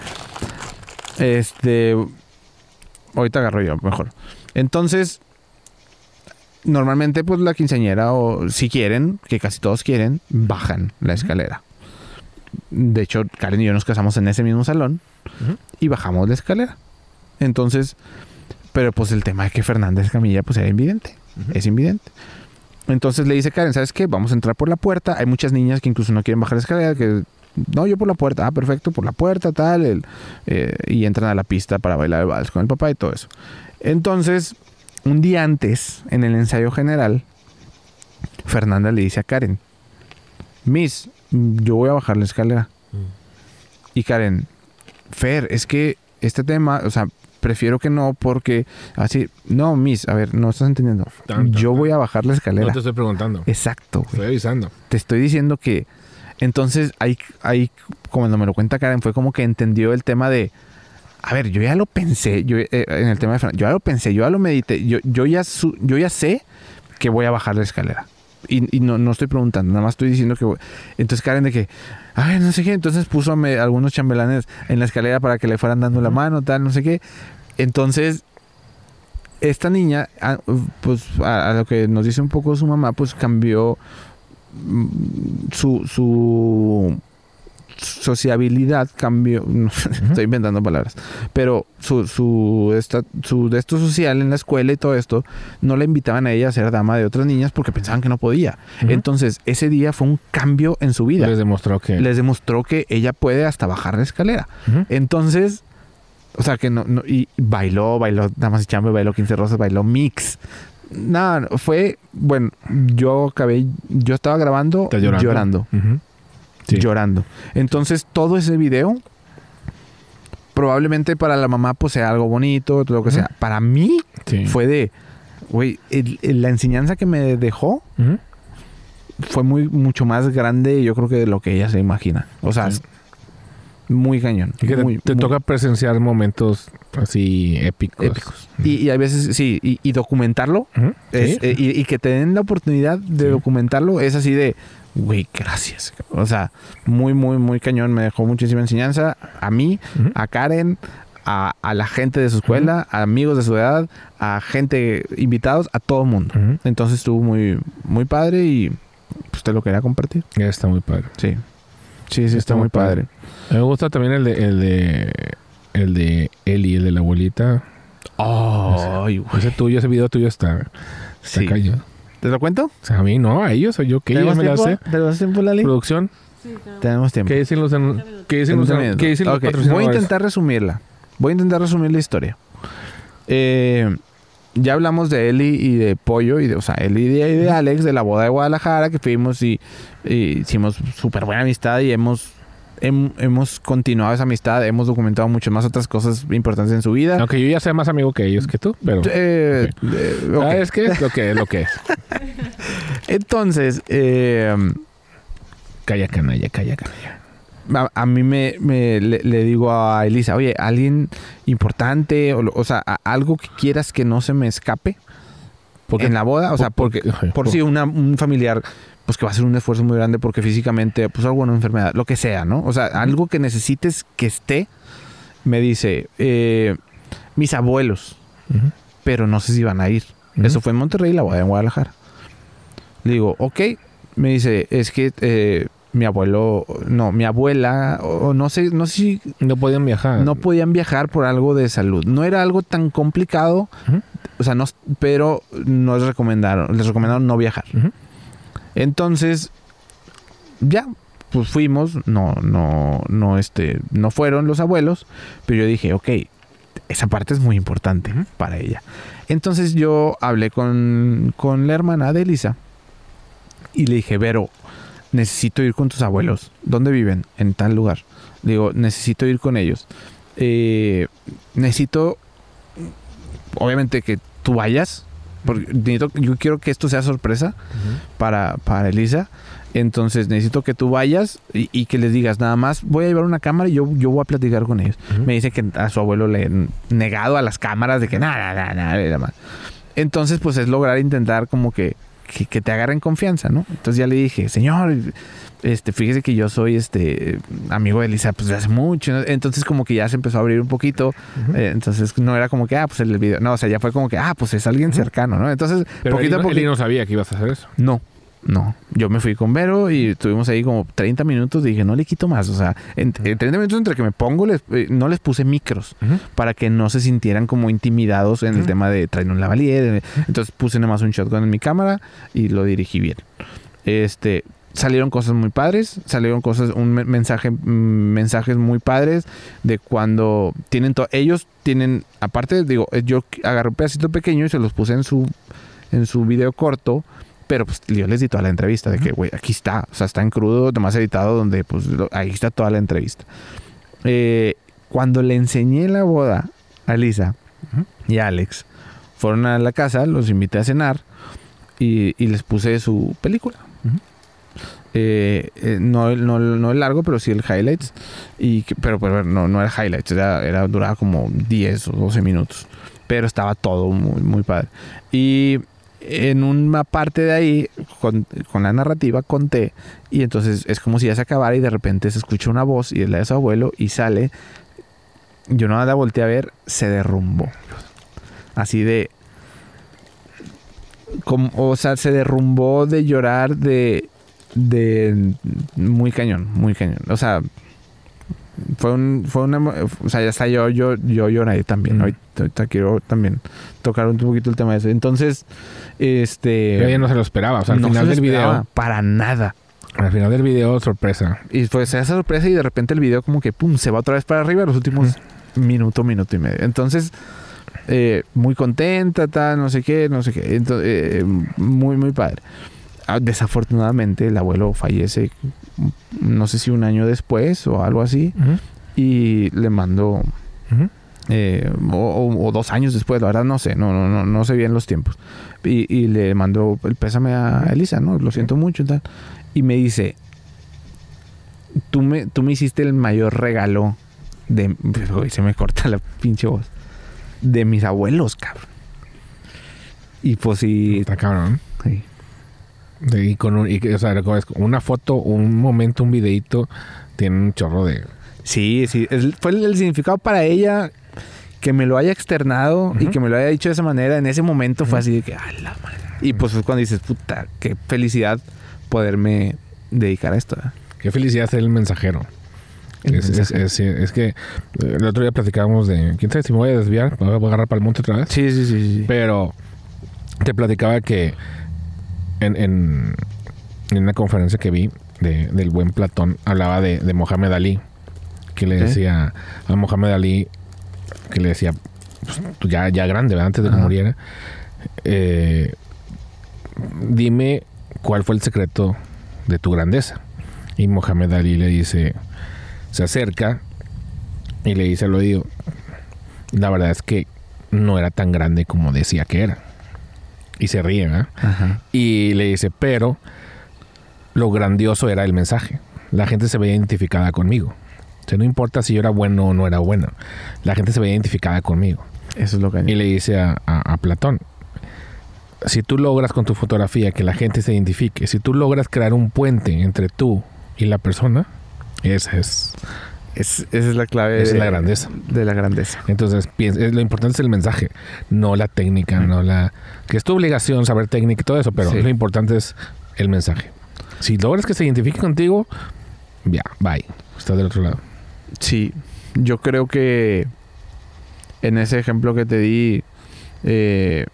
Este. Ahorita agarro yo, mejor. Entonces, normalmente, pues la quinceañera, o si quieren, que casi todos quieren, bajan la escalera. De hecho, Karen y yo nos casamos en ese mismo salón Ujú. y bajamos la escalera. Entonces, pero pues el tema es que Fernanda Escamilla, pues era invidente. Ujú. Es invidente. Entonces le dice Karen, ¿sabes qué? Vamos a entrar por la puerta. Hay muchas niñas que incluso no quieren bajar la escalera, que no, yo por la puerta. Ah, perfecto, por la puerta, tal. el- eh, y entran a la pista para bailar el vals con el papá y todo eso. Entonces, un día antes, en el ensayo general, Fernanda le dice a Karen, Miss, yo voy a bajar la escalera. Y Karen, Fer, es que este tema, o sea, prefiero que no porque así, no, Miss, a ver, no estás entendiendo. Tan, tan, Yo tan. voy a bajar la escalera. No te estoy preguntando. Exacto, güey. Estoy avisando. Te estoy diciendo que entonces ahí, ahí, como me lo cuenta Karen, fue como que entendió el tema de, a ver, yo ya lo pensé, yo eh, en el tema de Fernanda, yo ya lo pensé, yo ya lo medité, yo, yo, ya, su- yo ya sé que voy a bajar la escalera. Y, y no, no estoy preguntando, nada más estoy diciendo que voy. Entonces Karen de que, a ver, no sé qué, entonces puso a me- algunos chambelanes en la escalera para que le fueran dando la mano, tal, no sé qué. Entonces, esta niña, a- pues a, a lo que nos dice un poco su mamá, pues cambió mm, su, su sociabilidad, cambió, no, estoy inventando palabras, pero su, su, esta, su de esto social en la escuela y todo esto, no le invitaban a ella a ser dama de otras niñas porque pensaban que no podía. Ujú. Entonces, ese día fue un cambio en su vida. Les demostró que... Les demostró que ella puede hasta bajar la escalera. Ujú. Entonces, o sea que no, no y bailó, bailó Damas y Chambe, bailó quince Rosas, bailó Mix. Nada, no, fue, bueno, yo acabé, yo estaba grabando Está llorando. llorando. Ujú. Sí. llorando. Entonces, todo ese video, probablemente para la mamá, pues sea algo bonito, lo que Ujú. sea. Para mí, Sí. fue de, güey, el- el- la enseñanza que me dejó Ujú. fue muy mucho más grande, yo creo que de lo que ella se imagina. O sea, Sí. muy cañón. Y que te, muy, te muy toca presenciar momentos así épicos. épicos. Y, y a veces, sí, y, y documentarlo, Ujú. es, Sí. eh, y, y que te den la oportunidad de Sí. documentarlo, es así de, güey, gracias. O sea, muy, muy, muy cañón. Me dejó muchísima enseñanza a mí, Ujú. a Karen, a, a la gente de su escuela, a amigos de su edad, a gente, invitados, a todo el mundo. Ujú. Entonces estuvo muy, muy padre y pues te lo quería compartir. Ya está muy padre. Sí. Sí, sí, está, muy padre. A mí me gusta también el de el de el de Eli, el de la abuelita. Ay, güey. Ese tuyo, ese video tuyo está, está Sí. cañón. ¿Te lo cuento? O sea, a mí no, a ellos, o yo que ya ¿Tenemos me la sé. tiempo? ¿Tenemos tiempo, Lali? Producción, Sí, claro. Tenemos tiempo. ¿qué dicen los en- qué dicen los, Treinta ¿qué dicen los minutos. Ok, patrocinadores? voy a intentar resumirla. Voy a intentar resumir la historia. Eh, ya hablamos de Eli y de Pollo, y de, o sea, Eli y de, y de Alex, de la boda de Guadalajara, que fuimos y, y hicimos súper buena amistad y hemos, hem- hemos continuado esa amistad, hemos documentado muchas más otras cosas importantes en su vida. Aunque yo ya sea más amigo que ellos que tú, pero Eh, eh, ok. ¿sabes qué? Lo que es lo que es. Entonces, eh, Calla canalla, calla canalla. a, a mí me, me- le, le digo a Elisa, oye, alguien importante, o, lo- o sea, a- algo que quieras que no se me escape Porque- en la boda, o sea, por- porque por- por si una, un familiar, pues que va a ser un esfuerzo muy grande porque físicamente, pues alguna enfermedad, lo que sea, ¿no? O sea, algo que necesites que esté, me dice, eh, mis abuelos, Ujú. pero no sé si van a ir. Ujú. Eso fue en Monterrey, la boda en Guadalajara. Le digo, ok. Me dice, es que eh, mi abuelo, no, mi abuela, o o no sé, no sé si No podían viajar. no podían viajar por algo de salud. No era algo tan complicado, Ujú. o sea, no, pero nos recomendaron, les recomendaron no viajar. Ujú. Entonces, ya, pues fuimos, no, no, no, este, no fueron los abuelos, pero yo dije, ok, esa parte es muy importante Ujú. para ella. Entonces yo hablé con, con la hermana de Elisa y le dije, Vero, necesito ir con tus abuelos. ¿Dónde viven? En tal lugar. Digo, necesito ir con ellos. Eh, necesito, obviamente, que tú vayas. Porque necesito- yo quiero que esto sea sorpresa Ujú. para, para Elisa. Entonces necesito que tú vayas y, y que les digas, nada más voy a llevar una cámara y yo, yo voy a platicar con ellos. Ujú. Me dice que a su abuelo le han negado a las cámaras de que nada, nada, nada, nada más. Entonces, pues es lograr intentar como que, que, que te agarren confianza, ¿no? Entonces ya le dije, señor, este, fíjese que yo soy este amigo de Elisa pues de hace mucho, ¿no? Entonces como que ya se empezó a abrir un poquito. Ujú. Eh, entonces no era como que, ah, pues el video. No, o sea, ya fue como que, ah, pues es alguien cercano, ¿no? Entonces, Pero poquito él, a no- poquito. él no sabía que ibas a hacer eso. No, no. Yo me fui con Vero y estuvimos ahí como treinta minutos. Dije, no le quito más. O sea, en, en treinta minutos entre que me pongo, les- eh, no les puse micros Ujú. para que no se sintieran como intimidados en el Ujú. tema de traer un lavalier. Entonces puse nada más un shotgun en mi cámara y lo dirigí bien. Este, salieron cosas muy padres, salieron cosas, un me- mensaje, mm, mensajes muy padres de cuando tienen todo. Ellos tienen, aparte, digo, eh, yo agarré un pedacito pequeño y se los puse en su, en su video corto. Pero pues yo les di toda la entrevista de que, güey, aquí está. O sea, está en crudo, nomás editado, donde pues lo- ahí está toda la entrevista. Eh, cuando le enseñé la boda a Lisa Ujú. y a Alex, fueron a la casa, los invité a cenar y, y les puse su película. Ujú. Eh, eh, no, el- no, el- no el largo, pero sí el highlights. Y que- pero, pero no, no era highlights, era, era, duraba como diez o doce minutos. Pero estaba todo muy, muy padre. Y en una parte de ahí, con, con la narrativa, conté. Y entonces es como si ya se acabara y de repente se escucha una voz y es la de su abuelo y sale. Yo no la volteé a ver, se derrumbó. Así de... Como, o sea, se derrumbó de llorar de... de muy cañón, muy cañón. O sea, fue un... Fue una, o sea, ya está yo, yo, yo lloré también. Mm. Ahorita, ahorita quiero también tocar un poquito el tema de eso. Entonces, este... Pero ella no se lo esperaba. O sea, al no final se lo del esperaba, video. para nada. Al final del video, sorpresa. Y fue esa sorpresa y de repente el video como que pum, se va otra vez para arriba los últimos minuto, minuto y medio. Entonces, eh, muy contenta, tal, no sé qué, no sé qué. Entonces, eh, muy, muy padre. ah, desafortunadamente el abuelo fallece, no sé si un año después o algo así, Ujú. y le mandó... Ujú. Eh, o, o- o dos años después, la verdad no sé, no, no, no, no sé bien los tiempos. Y, y le mandó el pésame a Elisa, ¿no? Lo siento mucho y tal. Y me dice, tú me, tú me hiciste el mayor regalo de... Uy, se me corta la pinche voz. De mis abuelos, cabrón. Y pues sí... Está cabrón. sí. De- Y con un, y, que, o sea, como es una foto, un momento, un videito, tiene un chorro de... Sí, sí. Es- fue el, el significado para ella que me lo haya externado y Ujú. que me lo haya dicho de esa manera. En ese momento fue así de que, ¡a la madre! Y pues fue cuando dices, puta, qué felicidad poderme dedicar a esto. ¿eh? Qué felicidad ser el mensajero. El Es, es, mensajero. es, es que eh, el otro día platicábamos de... ¿Quién sabe si me voy a desviar? ¿Me voy a agarrar para el monte otra vez? Sí, sí, sí, sí. Pero te platicaba que en, en, en una conferencia que vi de, del buen Platón, hablaba de, de Mohamed Ali, que le Ok. decía a Mohamed Ali, que le decía, pues, tú ya, ya grande, ¿verdad? Antes de que Ajá. muriera, eh, dime cuál fue el secreto de tu grandeza. Y Mohamed Ali le dice, se acerca y le dice al oído, la verdad es que no era tan grande como decía que era. Y se ríe, ¿verdad? Ajá. Y le dice, pero lo grandioso era el mensaje. La gente se veía identificada conmigo. O sea, no importa si yo era bueno o no era bueno. La gente se veía identificada conmigo. Eso es lo que... Y le dice a, a- a Platón, si tú logras con tu fotografía que la gente se identifique, si tú logras crear un puente entre tú y la persona, esa es... Es, esa es la clave Esa es de la grandeza. De la grandeza. Entonces, piensa- es- lo importante es el mensaje, no la técnica, no la... Que es tu obligación saber técnica y todo eso, pero Sí. lo importante es el mensaje. Si logras que se identifique contigo, ya, bye. Estás del otro lado. Sí, yo creo que en ese ejemplo que te di, eh,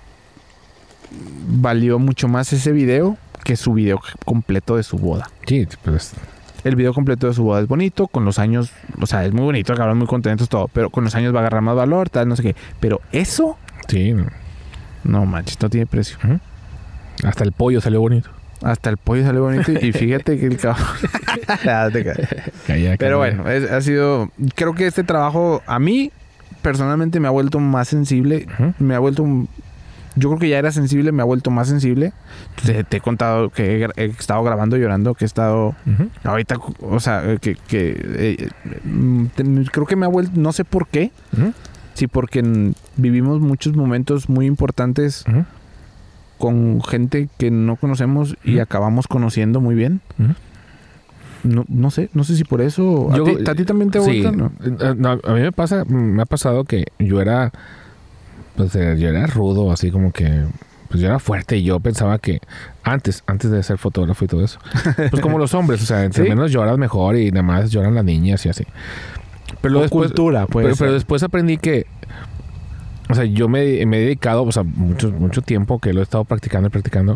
valió mucho más ese video que su video completo de su boda. Sí, pues... El video completo de su boda es bonito, con los años, o sea, es muy bonito, acabaron muy contentos, todo, pero con los años va a agarrar más valor, tal, no sé qué. Pero eso, Sí. no manches, no tiene precio. Ujú. Hasta el pollo salió bonito. Hasta el pollo sale bonito y fíjate que el cabrón... Nada, te cae. Calla, Pero calla. bueno, es- ha sido... Creo que este trabajo a mí personalmente me ha vuelto más sensible. Ujú. Me ha vuelto... un- Yo creo que ya era sensible, me ha vuelto más sensible. Te, te he contado que he, gra- he estado grabando llorando, que he estado... Ujú. Ahorita, o sea, que... que eh, mm, te- creo que me ha vuelto... No sé por qué. Ujú. Sí, porque en- vivimos muchos momentos muy importantes Ujú. con gente que no conocemos y Ujú. acabamos conociendo muy bien. Ujú. No, no sé, no sé si por eso... ¿A, Yo- ti, a ti también te ha Sí. vuelto? ¿no? Eh, no, a mí me pasa, me ha pasado que yo era, pues eh, yo era rudo, así como que, pues yo era fuerte y yo pensaba que antes, antes de ser fotógrafo y todo eso, pues como los hombres, o sea, entre ¿Sí? menos lloras mejor y nada más lloran las niñas y así. Pero O después, cultura, puede pero, ser. pero después aprendí que, o sea, yo me, me he dedicado, o sea, mucho, mucho tiempo que lo he estado practicando y practicando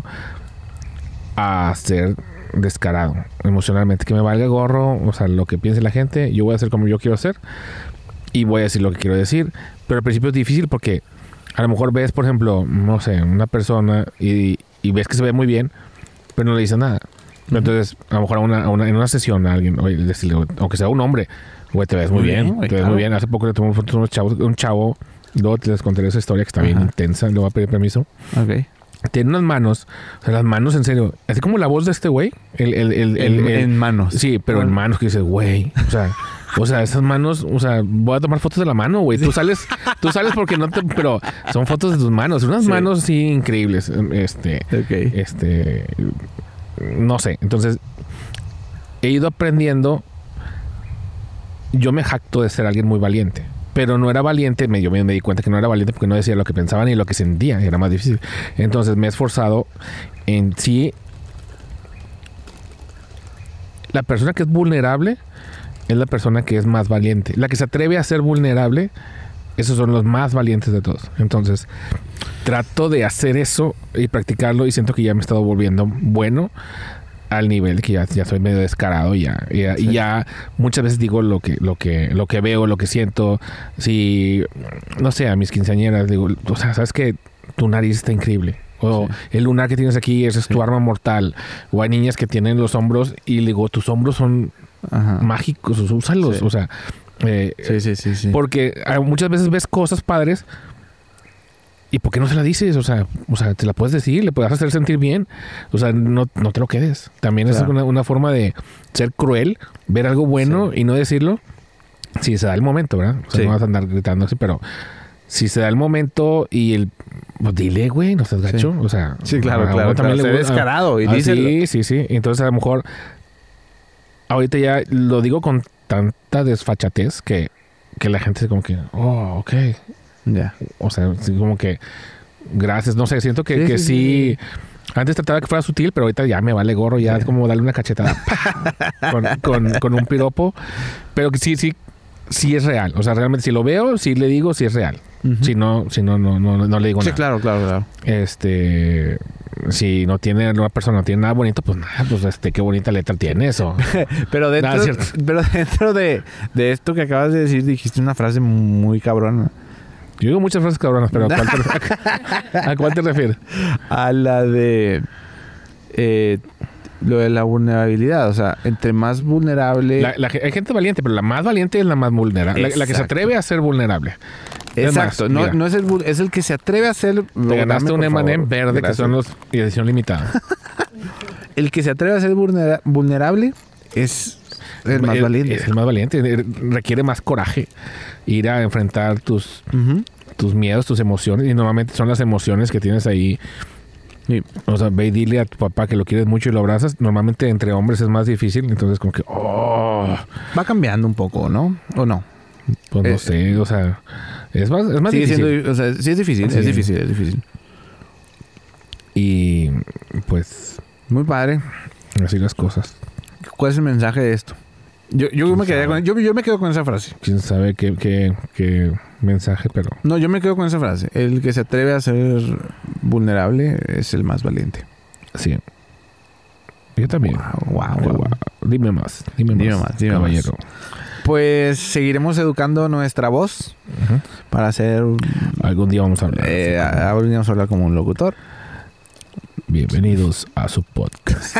a ser descarado emocionalmente, que me valga gorro, o sea, lo que piense la gente, yo voy a hacer como yo quiero hacer y voy a decir lo que quiero decir, pero al principio es difícil porque a lo mejor ves, por ejemplo, no sé, una persona y, y ves que se ve muy bien, pero no le dices nada. Ujú. Entonces, a lo mejor a una, a una- en una sesión a alguien, oye, decirle, aunque sea un hombre, güey, te ves muy, Muy bien, bien, güey, te ves claro. muy bien. Hace poco le tomé fotos a unos chavos, un chavo, luego les contaré esa historia que está bien Ajá. intensa, le voy a pedir permiso. Ok. Tiene unas manos, o sea, las manos en serio, así como la voz de este güey, el, el, el, el- En, el- en manos. sí, pero en Bueno. manos que dices, güey, o sea, o sea, esas manos, o sea, voy a tomar fotos de la mano, güey. Tú sales, tú sales porque no te, pero son fotos de tus manos, unas Sí. manos sí increíbles, este, Ok. este, no sé. Entonces, he ido aprendiendo. Yo me jacto de ser alguien muy valiente, pero no era valiente. Me, yo me, me di cuenta que no era valiente porque no decía lo que pensaba ni lo que sentía. Era más difícil. Entonces, me he esforzado en sí. La persona que es vulnerable es la persona que es más valiente. La que se atreve a ser vulnerable, esos son los más valientes de todos. Entonces, trato de hacer eso y practicarlo y siento que ya me he estado volviendo bueno al nivel que ya, ya soy medio descarado y ya, y ya, y Sí. ya muchas veces digo lo que, lo que, lo que veo, lo que siento. Si, no sé, a mis quinceañeras digo, o sea, sabes que tu nariz está increíble. O Sí. el lunar que tienes aquí, esa es tu arma mortal. O hay niñas que tienen los hombros y le digo, tus hombros son Ajá. mágicos, úsalos. Sí. O sea, eh, Sí, sí, sí, sí. porque eh, muchas veces ves cosas padres y ¿por qué no se la dices? O sea, o sea, te la puedes decir, le puedes hacer sentir bien. O sea, no, no te lo quedes. También Claro. es una, una forma de ser cruel, ver algo bueno y no decirlo. Si se da el momento, ¿verdad? O sea, Sí. no vas a andar gritando así, pero si se da el momento y el... Pues dile, güey, no seas gacho. Sí. O sea... Sí, claro, a uno claro. también claro. le Sé gusta- descarado y Ah, díselo. sí, sí, sí. Entonces a lo mejor... Ahorita ya lo digo con tanta desfachatez que, que la gente se como que... Oh, ok. Ya. O sea, sí, como que... Gracias. No sé, siento que Sí, sí... Que sí, sí, antes trataba que fuera sutil, pero ahorita ya me vale gorro. Ya Sí. es como darle una cachetada ¡pah! con, con, con un piropo. Pero que sí, sí... Sí es real. O sea, realmente si lo veo, sí le digo, sí es real. Ujú. Si no, si no, no, no, no le digo Sí, nada. claro, claro, claro. Este, si no tiene, una persona no tiene nada bonito, pues nada, pues este, qué bonita letra tiene eso. Pero dentro, Nada, es cierto. pero dentro de, de esto que acabas de decir, dijiste una frase muy cabrona. Yo digo muchas frases cabronas, pero ¿a cuál te, ¿a cuál te refieres? A la de eh, lo de la vulnerabilidad. O sea, entre más vulnerable. La, la- hay gente valiente, pero la más valiente es la más vulnerable. La, la que se Exacto. atreve a ser vulnerable. Es Exacto. más, no, mira. no es el vul- es el que se atreve a ser. Te ganaste un M and M verde, que Gracias. son los edición limitada. El que se atreve a ser vulnera- vulnerable es el más Es- valiente. Es el más valiente. Eh, Requiere más coraje ir a enfrentar tus, Ujú. tus miedos, tus emociones. Y normalmente son las emociones que tienes ahí. Sí. O sea, ve y dile a tu papá que lo quieres mucho y lo abrazas. Normalmente entre hombres es más difícil. Entonces como que, oh, Va cambiando un poco, ¿no? ¿O no? pues no Eh, sé. O sea, es más, es más Sigue difícil. siendo, o sea, sí es difícil, Sí. es difícil, es difícil. Y pues Muy padre. así las cosas. ¿Cuál es el mensaje de esto? Yo, yo, ¿Quién me, quedé sabe? con, yo, yo me quedo con esa frase. Quién sabe qué, qué, qué mensaje, pero No, yo me quedo con esa frase. El que se atreve a ser vulnerable es el más valiente. sí. Yo también. Wow, wow, Qué wow. guau. Dime más. Dime, Dime más, más, dime caballero. Pues seguiremos educando nuestra voz Ujú. para ser... Algún día vamos a hablar. Eh, así como, ahora vamos a hablar como un locutor. Bienvenidos a su podcast.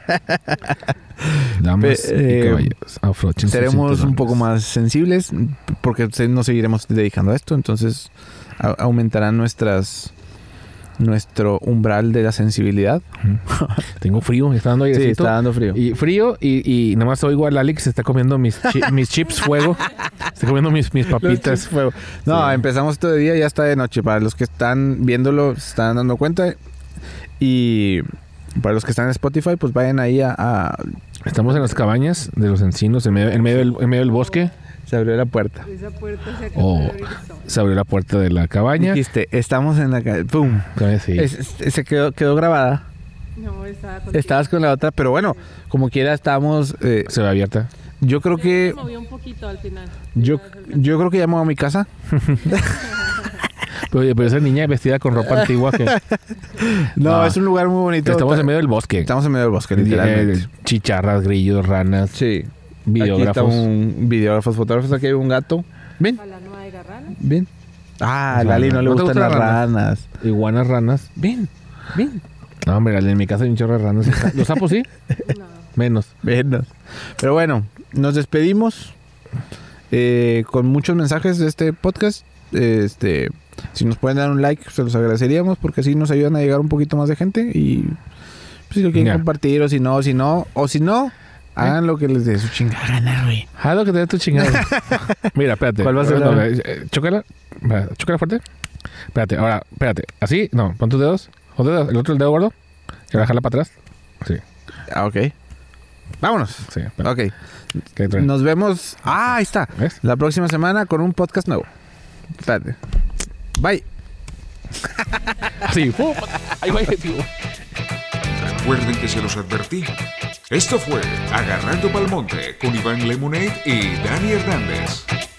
Damas Pe- eh, y caballeros. Afrochen sus Seremos un cinturones. poco más sensibles porque se- nos seguiremos dedicando a esto. Entonces a- aumentarán nuestras... nuestro umbral de la sensibilidad. Ujú. Tengo frío, está dando Sí, airecito. está dando frío. Y frío y, y nomás oigo al Alex, se está comiendo mis, chi- mis chips fuego. Está comiendo mis, mis papitas. No, Sí. empezamos esto de día, ya está de noche. Para los que están viéndolo, se están dando cuenta. Y para los que están en Spotify, pues vayan ahí a... a- Estamos en las cabañas de los encinos, en medio, en medio, del, en medio del bosque. se abrió la puerta. Esa puerta se acaba Oh. de abrir. sola. Se abrió la puerta de la cabaña. Dijiste, estamos en la calle. ¡Pum! Sí. Es- es- se quedó, quedó grabada. No, estaba contigo. Estabas con la otra, pero bueno, como quiera estamos... eh, Se ve abierta. yo creo Se que... movió un poquito al final. Yo, Ya se alcanzó. yo creo que ya me voy a mi casa. Pero, pero esa niña vestida con ropa antigua que No, Ah. es un lugar muy bonito. estamos en medio del bosque. Estamos en medio del bosque, Eh, literalmente. chicharras, grillos, ranas, Sí. videógrafos. Aquí está un videógrafos, fotógrafos. Aquí hay un gato. Ven, Ojalá no haya ranas. ven. Ah, a Las Lali no ranas. le ¿No te gustan las gustan las ranas. iguanas, ranas. Ven, ven. No, hombre, en mi casa hay un chorro de ranas. Los sapos sí, No. menos. Venos. Pero bueno, nos despedimos eh, con muchos mensajes de este podcast. Este, si nos pueden dar un like, se los agradeceríamos porque así nos ayudan a llegar un poquito más de gente y pues, si lo quieren Ya. compartir o si no, si no, o si no, hagan lo que les dé su chingada gana, güey. Haz lo que te dé tu chingada. Mira, espérate. ¿Cuál va a ser No, la- eh, eh, Chócala. Va, Chócala fuerte. Espérate, ahora, espérate. Así, no, pon tus dedos. O dedo- el otro, el dedo gordo. Y bajarla para atrás. Sí, Ah, ok. Vámonos. sí. espera. Ok. ¿Qué trae? Nos vemos. Ah, ahí está. ¿Ves? La próxima semana con un podcast nuevo. Espérate. Bye. Así. ¡pum! Ahí va, tío. Recuerden que se los advertí. Esto fue Agarrando Pa'l Monte con Iván Lemonade y Dani Hernández.